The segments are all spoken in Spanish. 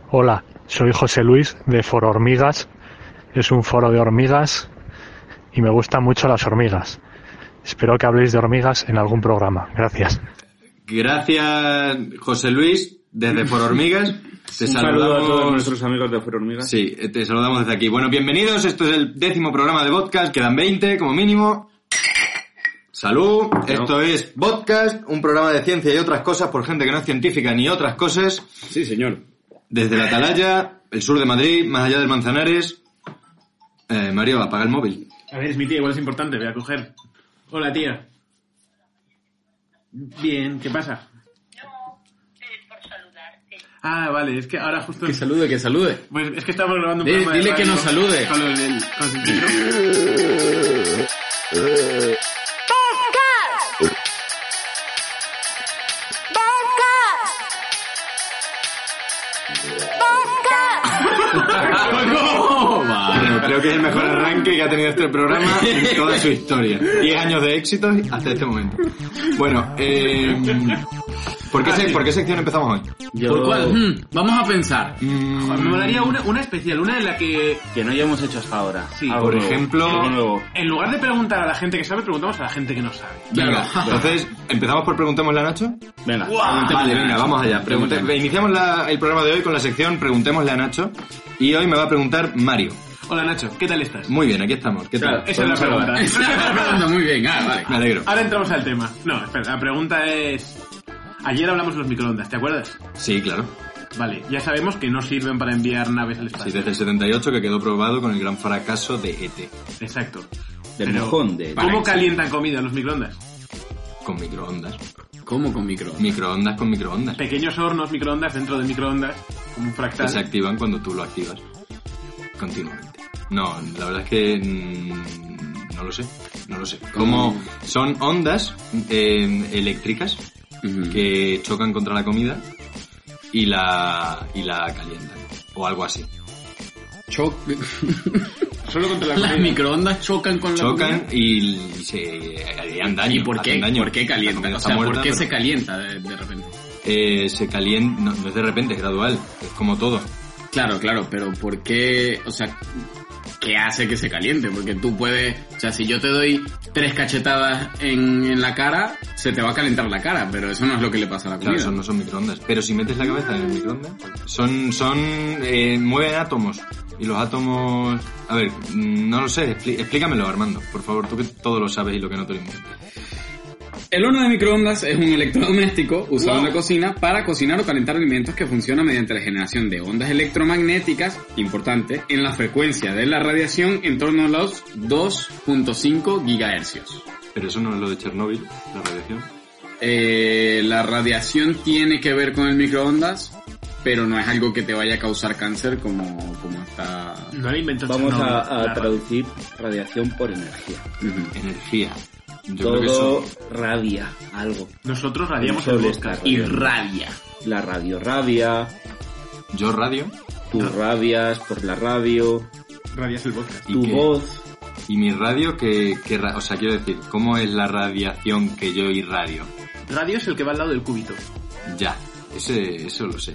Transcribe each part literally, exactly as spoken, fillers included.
Hola, soy José Luis de Foro Hormigas. Es un foro de hormigas y me gustan mucho las hormigas. Espero que habléis de hormigas en algún programa. Gracias. Gracias, José Luis, desde Foro Hormigas. Te un saludamos... saludo a todos nuestros amigos de Foro Hormigas. Sí, te saludamos desde aquí. Bueno, bienvenidos. Esto es el décimo programa de podcast. Quedan veinte como mínimo. Salud. No. Esto es Podcast, un programa de ciencia y otras cosas por gente que no es científica ni otras cosas. Sí, señor. Desde la Atalaya, el sur de Madrid, más allá del Manzanares. Eh, Mario, apaga el móvil. A ver, es mi tía, igual es importante, voy a coger. Hola, tía. Bien, ¿qué pasa? No, es por saludarte. Ah, vale, es que ahora justo... Que salude, que salude. Pues es que estamos grabando un Dile, programa de dile que radio nos salude. Con el, el, con el micro. ¡No! Vale, creo que es el mejor arranque que ha tenido este programa en toda su historia. Diez años de éxitos hasta este momento. Bueno, eh... ¿por qué, se, ¿por qué sección empezamos hoy? Yo... ¿Por cuál? Hmm, vamos a pensar. Mm... Joder, me molaría una, una especial, una en la que... Que no hayamos hecho hasta ahora. Sí. Por nuevo. ejemplo... Algo nuevo. En lugar de preguntar a la gente que sabe, preguntamos a la gente que no sabe. Venga, entonces, ¿empezamos por Preguntémosle a Nacho? Venga. Wow. Vale, venga, vamos allá. Pregunte... Iniciamos la, el programa de hoy con la sección Preguntémosle a Nacho. Y hoy me va a preguntar Mario. Hola, Nacho, ¿qué tal estás? Muy bien, aquí estamos. ¿Qué tal? Claro, esa es la pregunta. Esa es la pregunta, muy bien. Ah, vale. Me alegro. Ahora entramos al tema. No, espera, la pregunta es... Ayer hablamos de los microondas, ¿te acuerdas? Sí, claro. Vale, ya sabemos que no sirven para enviar naves al Sí, espacio. desde el setenta y ocho que quedó probado con el gran fracaso de E T. Exacto. Del Pero, mojón de... ¿cómo calientan comida los microondas? Con microondas. ¿Cómo con micro? Microondas con microondas. Pequeños hornos microondas dentro de microondas, como un Que fractal. se activan cuando tú lo activas. Continuamente. No, la verdad es que... Mmm, no lo sé. No lo sé. Como son ondas eh, eléctricas Uh-huh. que chocan contra la comida y la y la calientan o algo así. Choc... Solo contra la Las comida. microondas chocan con la Chocan comida. y se harían daño. ¿Y por qué? hacen daño. ¿Por qué La calienta? comida O está sea, muerta, ¿por qué pero, se calienta de, de repente? eh, se calienta, no, no es de repente, es gradual, es como todo. Claro, claro, pero ¿por qué? O sea, ¿qué hace que se caliente? Porque tú puedes... O sea, si yo te doy tres cachetadas en, en la cara, se te va a calentar la cara, pero eso no es lo que le pasa a la comida. Claro, eso no son microondas. Pero si metes la cabeza en el microondas, son, son, eh, mueven átomos. Y los átomos... A ver, no lo sé, explí- explícamelo, Armando, por favor, tú que todo lo sabes y lo que no te lo inventas. El horno de microondas es un electrodoméstico usado Wow. en la cocina para cocinar o calentar alimentos que funciona mediante la generación de ondas electromagnéticas, importante, en la frecuencia de la radiación en torno a los dos punto cinco gigahercios. Pero eso no es lo de Chernóbil, la radiación. Eh, la radiación tiene que ver con el microondas, pero no es algo que te vaya a causar cáncer como, como está... No le inventó Vamos Chernobyl, a, a la- traducir radiación por energía. Ujú. Energía. Yo creo que Todo eso... radia algo. Nosotros radiamos El el sol podcast. está- Irradia. La radio radia, Yo radio tú No. radias por la radio, Radias el podcast. y tu que- voz. Y mi radio, que, que ra- o sea, quiero decir, ¿cómo es la radiación que yo irradio? Radio es el que va al lado del cúbito. Ya, ese, eso lo sé.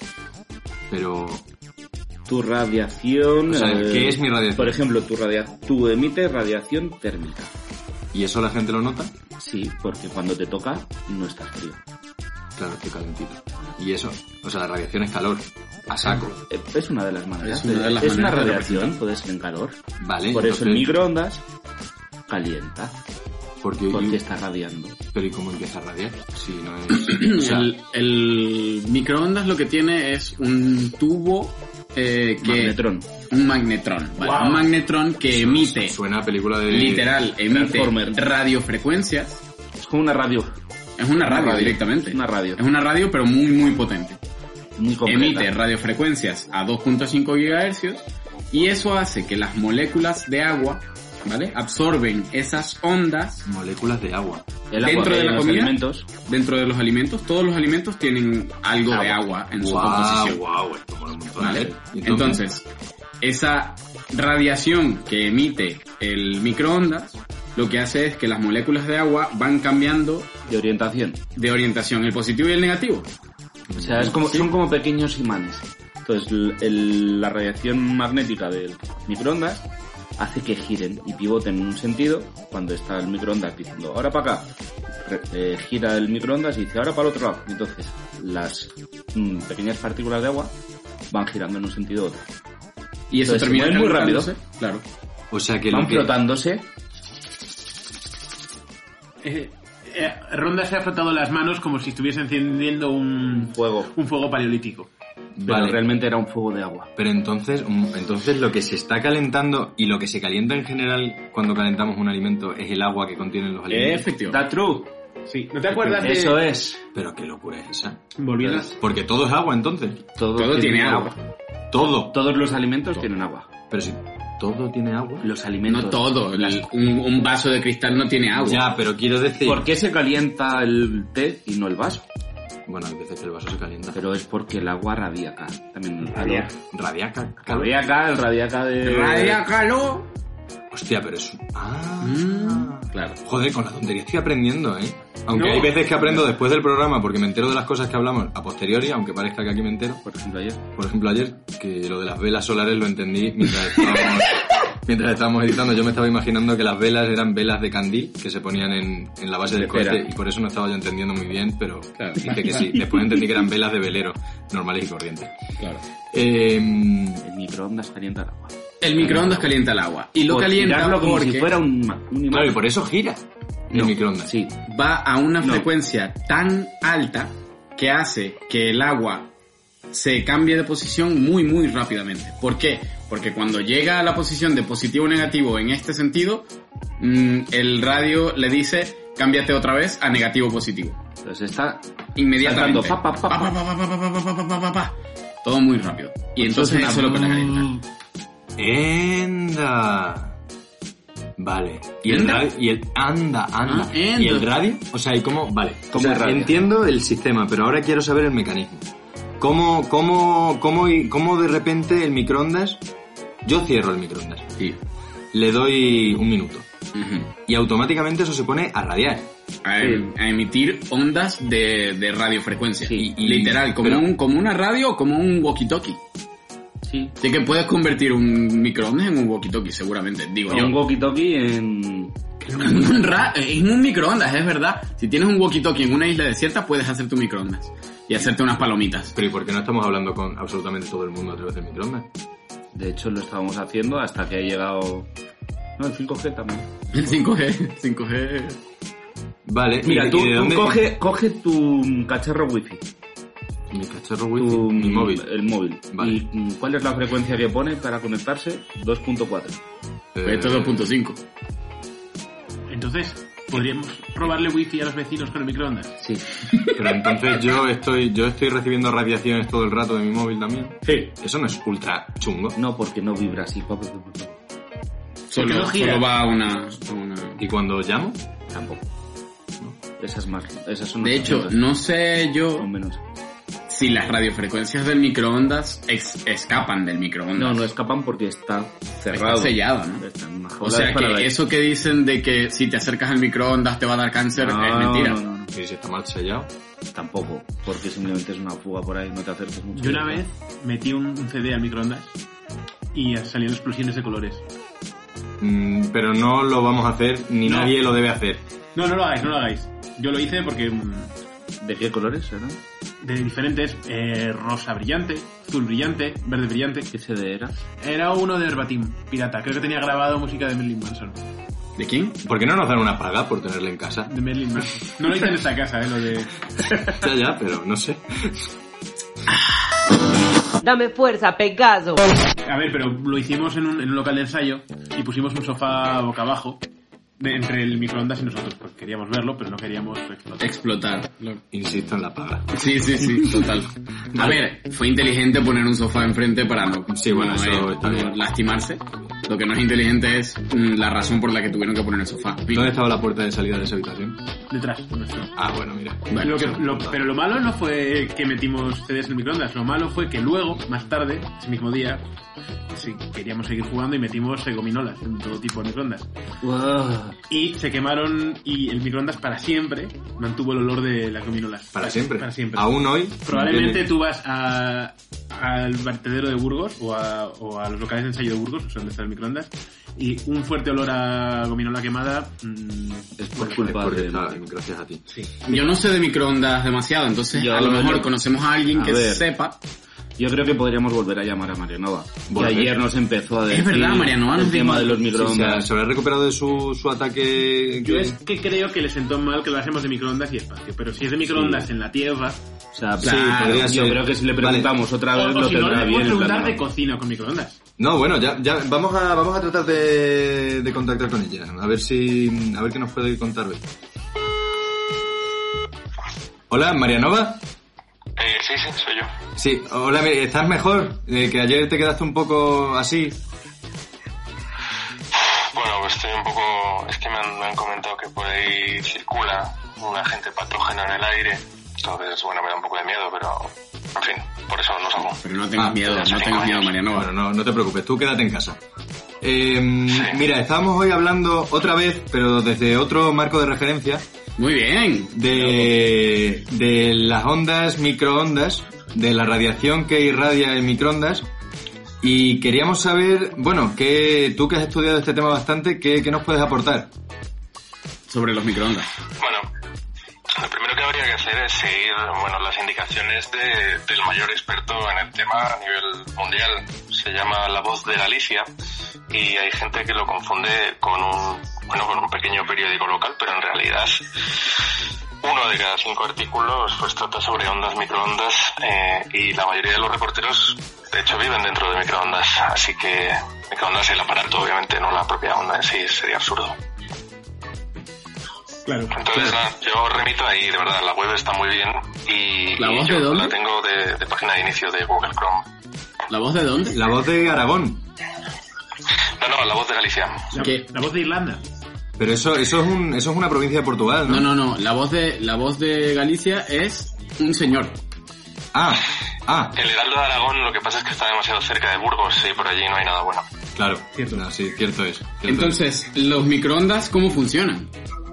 Pero, Tu radiación... o sea, eh, ¿qué es mi radiación? Por ejemplo, tu, radia tú emites radiación térmica. ¿Y eso la gente lo nota? Sí, porque cuando te toca no estás frío. Claro, estoy calentito. ¿Y eso? O sea, la radiación es calor. A saco. Eh, Es una de las maneras. Es una de las es una maneras de radiación, puede ser en calor. Vale. Por eso el entonces, microondas calienta, Porque, porque y- está radiando. pero ¿y cómo empieza a radiar? Si no es... O sea, El, el microondas lo que tiene es un tubo eh, que... Magnetrón. Un magnetrón, ¿vale? Wow. Un magnetrón que emite, suena a película de... literal, emite Transformer. radiofrecuencias. Es como una radio. Es una radio, radio. directamente. Una radio. Es una radio, pero muy, muy potente. Muy completa. Emite radiofrecuencias a dos punto cinco gigahercios y eso hace que las moléculas de agua, ¿vale? Absorben esas ondas Moléculas de agua. El agua dentro que de hay la en los comida. alimentos. Dentro de los alimentos, todos los alimentos tienen algo de agua en su Guau, composición. guau, esto mola un montón. ¿Vale? Y Entonces, esa radiación que emite el microondas, lo que hace es que las moléculas de agua van cambiando De orientación. de orientación, el positivo y el negativo. O sea, es como, son como pequeños imanes. Entonces, el- el- la radiación magnética del microondas hace que giren y pivoten en un sentido cuando está el microondas diciendo ahora para acá. Re- eh, gira el microondas y dice ahora para el otro lado. Y entonces, las mm, pequeñas partículas de agua van girando en un sentido u otro. Y eso Entonces, se termina mueve muy rápido. calentándose, Claro. O sea que Van lo que... flotándose. Eh, eh, Ronda se ha frotado las manos como si estuviese encendiendo un Fuego. un fuego paleolítico. Pero Vale. realmente era un fuego de agua. Pero entonces, mm, entonces lo que se está calentando y lo que se calienta en general cuando calentamos un alimento es el agua que contienen los alimentos. Efectivamente. That's true. Sí, ¿no te acuerdas de...? Eso es. Pero qué locura es esa. Volviendo a- Porque todo es agua entonces. Todo, Todo tiene agua. Todo. Todos los alimentos tienen agua. Pero si todo tiene agua. Los alimentos. No todo. el- un, un vaso de cristal no tiene agua. Ya, pero quiero decir... ¿Por qué se calienta el té y no el vaso? Bueno, hay veces que el vaso se calienta. Pero es porque el agua radiaca. También Radia- Radiaca. calor. Radiaca, el radiaca de... Radiacalo. Hostia, pero es... Ah. Mm, claro. Joder, con la tontería estoy aprendiendo, ¿eh? Aunque No. hay veces que aprendo después del programa porque me entero de las cosas que hablamos a posteriori, aunque parezca que aquí me entero. Por ejemplo, ayer. Por ejemplo, ayer, que lo de las velas solares lo entendí mientras estábamos, mientras estábamos editando. Yo me estaba imaginando que las velas eran velas de candil que se ponían en, en la base del De cera. cohete y por eso no estaba yo entendiendo muy bien, pero Claro. dije que sí. Después entendí que eran velas de velero, normales y corrientes. Claro. Eh, El microondas calienta el agua. El microondas calienta el agua. Y lo Por calienta girarlo como porque si fuera un, ma- un imán. claro, y por eso gira el No, microondas. Sí. va a una No. frecuencia tan alta que hace que el agua se cambie de posición muy muy rápidamente. ¿Por qué? Porque cuando llega a la posición de positivo o negativo en este sentido, mm, el radio le dice cámbiate otra vez a negativo positivo. Entonces está... Inmediatamente. Saltando, pa, pa, pa, Pa, pa, pa, pa, pa, pa, pa, pa, pa, pa. Todo muy rápido. Y entonces eso es lo que le calienta. ¡Enda! Vale. ¿Y el ¿Enda? radio? Y el, anda, anda. Ah, enda. ¿Y el radio? O sea, ¿y cómo? Vale. O ¿Cómo sea, el radio? entiendo el sistema, pero ahora quiero saber el mecanismo. ¿Cómo, cómo, cómo, y- cómo de repente el microondas... Yo cierro el microondas. Sí. Le doy un minuto. Ujú. Y automáticamente eso se pone a radiar. A, a emitir ondas de, de radiofrecuencia. Sí, y- Literal, como, pero- un, como una radio o como un walkie-talkie. Sí. Así que puedes convertir un microondas en un walkie-talkie, seguramente, digo yo. Un walkie-talkie en... Un ra- en un microondas, es verdad. Si tienes un walkie-talkie en una isla desierta, puedes hacer tu microondas. Y hacerte unas palomitas. Pero ¿y por qué no estamos hablando con absolutamente todo el mundo a través del microondas? De hecho, lo estábamos haciendo hasta que ha llegado... No, el cinco G también. El cinco G. cinco G. Vale. ¿y Mira, de- tú, y de tú dónde- coge, coge tu cacharro wifi. Mi cacharro wifi, Tu, mi móvil. El móvil. Vale. ¿Y mm, cuál es la frecuencia que pone para conectarse? dos punto cuatro. Eh, Esto es dos punto cinco. Entonces, ¿podríamos robarle wifi a los vecinos con el microondas? Sí. Pero entonces yo estoy, yo estoy recibiendo radiaciones todo el rato de mi móvil también. Sí. Eso no es ultra chungo. No, porque no vibra así. Pa, pa, pa, pa, pa. Solo, no gira? solo va a una, a una... Y cuando llamo, Tampoco. Esas más. Esas son De más hecho, lentas. no sé yo Son menos. si las radiofrecuencias del microondas ex- escapan del microondas. No, no escapan porque está cerrado. Está sellado, ¿no? Está en una O jaula sea de Faraday. que eso que dicen de que si te acercas al microondas te va a dar cáncer No, es mentira. No, no, no. y si está mal sellado, Tampoco. Porque simplemente es una fuga por ahí. No te acerques mucho. Yo una vez metí un, un C D al microondas y salían explosiones de colores. mm, pero no lo vamos a hacer, ni No. nadie lo debe hacer. No, no lo hagáis, no lo hagáis. Yo lo hice porque mm, ¿De qué colores eran? de diferentes, eh, rosa brillante, azul brillante, verde brillante. ¿Qué C D era? Era uno de Verbatim, pirata. Creo que tenía grabado música de Marilyn Manson. ¿De quién? ¿Por qué no nos dan una paga por tenerle en casa? De Marilyn Manson. No lo hice en esta casa, eh, lo de... Ya, ya, pero no sé. Dame fuerza, Pegaso. A ver, pero lo hicimos en un, en un local de ensayo y pusimos un sofá boca abajo de- entre el microondas y nosotros. Pues queríamos verlo, pero no queríamos explotar. Explotar. Lo- Insisto en la paga. Sí, sí, sí, total. A ver, fue inteligente poner un sofá enfrente para no, Sí, bueno, no, eso eh, está no bien. lastimarse. Lo que no es inteligente es mm, la razón por la que tuvieron que poner el sofá. ¿Dónde estaba la puerta de salida de esa habitación? Detrás, por nuestro. Ah, bueno, mira. Bueno, Lo que- lo- pero lo malo no fue que metimos C Ds en el microondas, lo malo fue que luego, más tarde, ese mismo día, sí, queríamos seguir jugando y metimos eh, gominolas en todo tipo de microondas. Y se quemaron y el microondas para siempre mantuvo el olor de las gominolas. Para siempre. Para siempre. Aún hoy. Probablemente ¿entiendes? tú vas a, al vertedero de Burgos o a, o a los locales de ensayo de Burgos, o sea, donde está el microondas, y un fuerte olor a gominola quemada. Mmm, Es por Es culpa porque de... está- gracias a ti. sí. Yo no sé de microondas demasiado, entonces Yo- a lo mejor yo- conocemos a alguien a que ver. sepa. Yo creo que podríamos volver a llamar a Marianova. Que Volver. ayer nos empezó a decir... verdad, Marianova nos el tema dijo- de los Sí, o sea, microondas. ¿se habrá recuperado de su, su ataque? Yo que- es que creo que le sentó mal que lo hacemos de microondas y espacio, pero si es de microondas Sí. en la tierra, O sea, Sí, claro, podría yo ser. creo que si le Vale. preguntamos otra o, vez o lo si no, le tendrá bien. podemos en plan, preguntar de no. cocina con microondas. No, bueno, ya, ya vamos a vamos a tratar de, de contactar con ella. A ver si a ver qué nos puede contar hoy. Hola, Marianova. Eh, sí, sí, soy yo. Sí, hola, mi- ¿estás mejor? Eh, que ayer te quedaste un poco así. Bueno, pues estoy un poco... Es que me han, me han comentado que por ahí circula un agente patógeno en el aire. Entonces, bueno, me da un poco de miedo, pero... En fin, por eso no salgo. Pero no tengas Ah, miedo, ya no son tengas cinco miedo, años. Marianova. Bueno, no, no te preocupes, tú quédate en casa. Eh, Mira, estábamos hoy hablando otra vez, pero desde otro marco de referencia, Muy bien. de, de las ondas microondas, de la radiación que irradia el microondas, y queríamos saber, bueno, que tú que has estudiado este tema bastante, ¿qué, qué nos puedes aportar? Sobre los microondas. Bueno, lo primero que habría que hacer es seguir, bueno, las indicaciones de, del mayor experto en el tema a nivel mundial. Se llama La Voz de Galicia y hay gente que lo confunde con un, bueno, con un pequeño periódico local, pero en realidad uno de cada cinco artículos pues trata sobre ondas, microondas, eh, y la mayoría de los reporteros de hecho viven dentro de microondas, así que microondas el aparato, obviamente, no la propia onda en sí, sería absurdo. Claro. Entonces, nada, yo remito ahí, de verdad, la web está muy bien y, ¿La y voz yo de dónde? la tengo de, de página de inicio de Google Chrome. ¿La voz de dónde? La voz de Aragón. No, no, la voz de Galicia. La, ¿Qué? la voz de Irlanda. Pero eso, eso es un, eso es una provincia de Portugal, ¿no? No, no, no. La voz de, la voz de Galicia es un señor. Ah, ah, El Heraldo de Aragón, lo que pasa es que está demasiado cerca de Burgos y por allí no hay nada bueno. claro. Cierto. No, sí, cierto es. cierto Entonces, ¿los microondas cómo funcionan?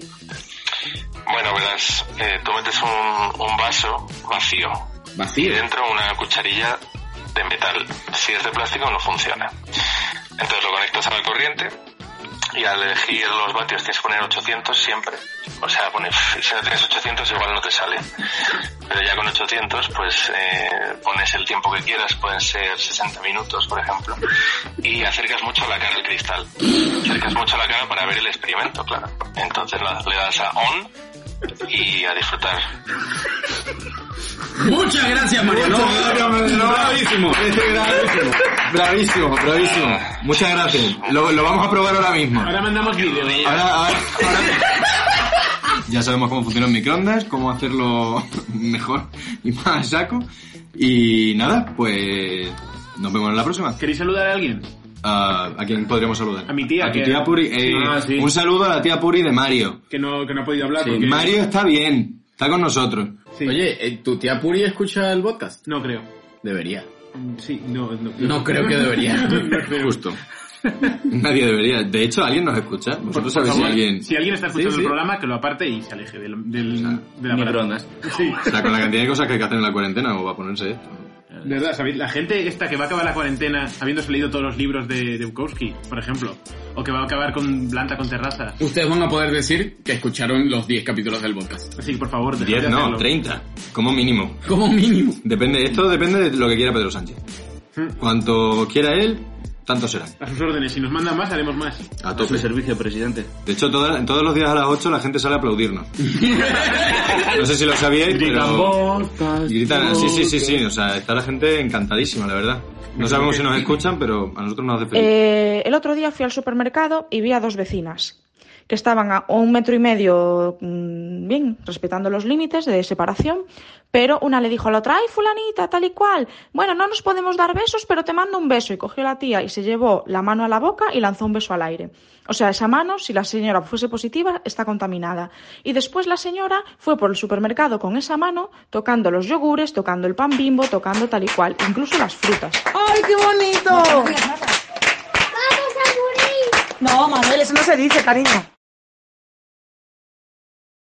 Bueno, verás, eh, tú metes un, un vaso vacío y Vacío. dentro una cucharilla de metal. Si es de plástico no funciona. Entonces lo conectas a la corriente y al elegir los vatios tienes que poner ochocientos siempre. O sea, pones, si no tienes ochocientos igual no te sale. Pero ya con ochocientos pues eh, pones el tiempo que quieras, pueden ser sesenta minutos por ejemplo, y acercas mucho la cara al cristal. Acercas mucho la cara para ver el experimento, claro. Entonces nada, le das a on y a disfrutar. Muchas gracias, Mariano. Bravísimo. Bravísimo. Bravísimo, bravísimo. Muchas gracias. Lo, lo vamos a probar ahora mismo. Ahora mandamos vídeo. Ahora, ahora, ahora- ya sabemos cómo funcionan microondas, cómo hacerlo mejor y más a saco. Y nada, pues nos vemos en la próxima. ¿Queréis saludar a alguien? ¿A, ¿a quién podríamos saludar? A mi tía, A tu que- tía Puri. Eh, Ah, sí. Un saludo a la tía Puri de Mario. Que no, que no ha podido hablar Sí, porque... Mario está bien, está con nosotros. Sí. Oye, eh, ¿tu tía Puri escucha el podcast? No creo. Debería. Sí, no, no. No creo que debería. No creo. Justo. Nadie debería. De hecho, ¿alguien nos escucha? Por, Vosotros por sabéis si favor, alguien... si alguien está escuchando Sí, sí. el programa, que lo aparte y se aleje del, del, sea, del aparato. Microondas. Sí. O sea, con la cantidad de cosas que hay que hacer en la cuarentena, ¿cómo va a ponerse esto? De verdad, ¿sabéis? La gente esta que va a acabar la cuarentena habiéndose leído todos los libros de, de Bukowski, por ejemplo, o que va a acabar con Blanta con Terraza. Ustedes van a poder decir que escucharon los diez capítulos del podcast. Así que, por favor, dejad diez de no, hacerlo. treinta, como mínimo. Como mínimo. Depende, esto depende de lo que quiera Pedro Sánchez. Hmm. Cuanto quiera él, tanto serán. A sus órdenes. Si nos mandan más, haremos más. A A tope. su servicio, presidente. De hecho, toda- todos los días a las ocho la gente sale a aplaudirnos. No sé si lo sabíais, pero... Gritan, sí, sí, sí, sí. O sea, está la gente encantadísima, la verdad. No sabemos si nos escuchan, pero a nosotros nos hace feliz. Eh, el otro día fui al supermercado y vi a dos vecinas que estaban a un metro y medio, mmm, bien, respetando los límites de separación, pero una le dijo a la otra, ay, fulanita, tal y cual, bueno, no nos podemos dar besos, pero te mando un beso. Y cogió la tía y se llevó la mano a la boca y lanzó un beso al aire. O sea, esa mano, si la señora fuese positiva, está contaminada. Y después la señora fue por el supermercado con esa mano, tocando los yogures, tocando el pan Bimbo, tocando tal y cual, incluso las frutas. ¡Ay, qué bonito! ¡Vamos a morir! No, Manuel, eso no se dice, cariño.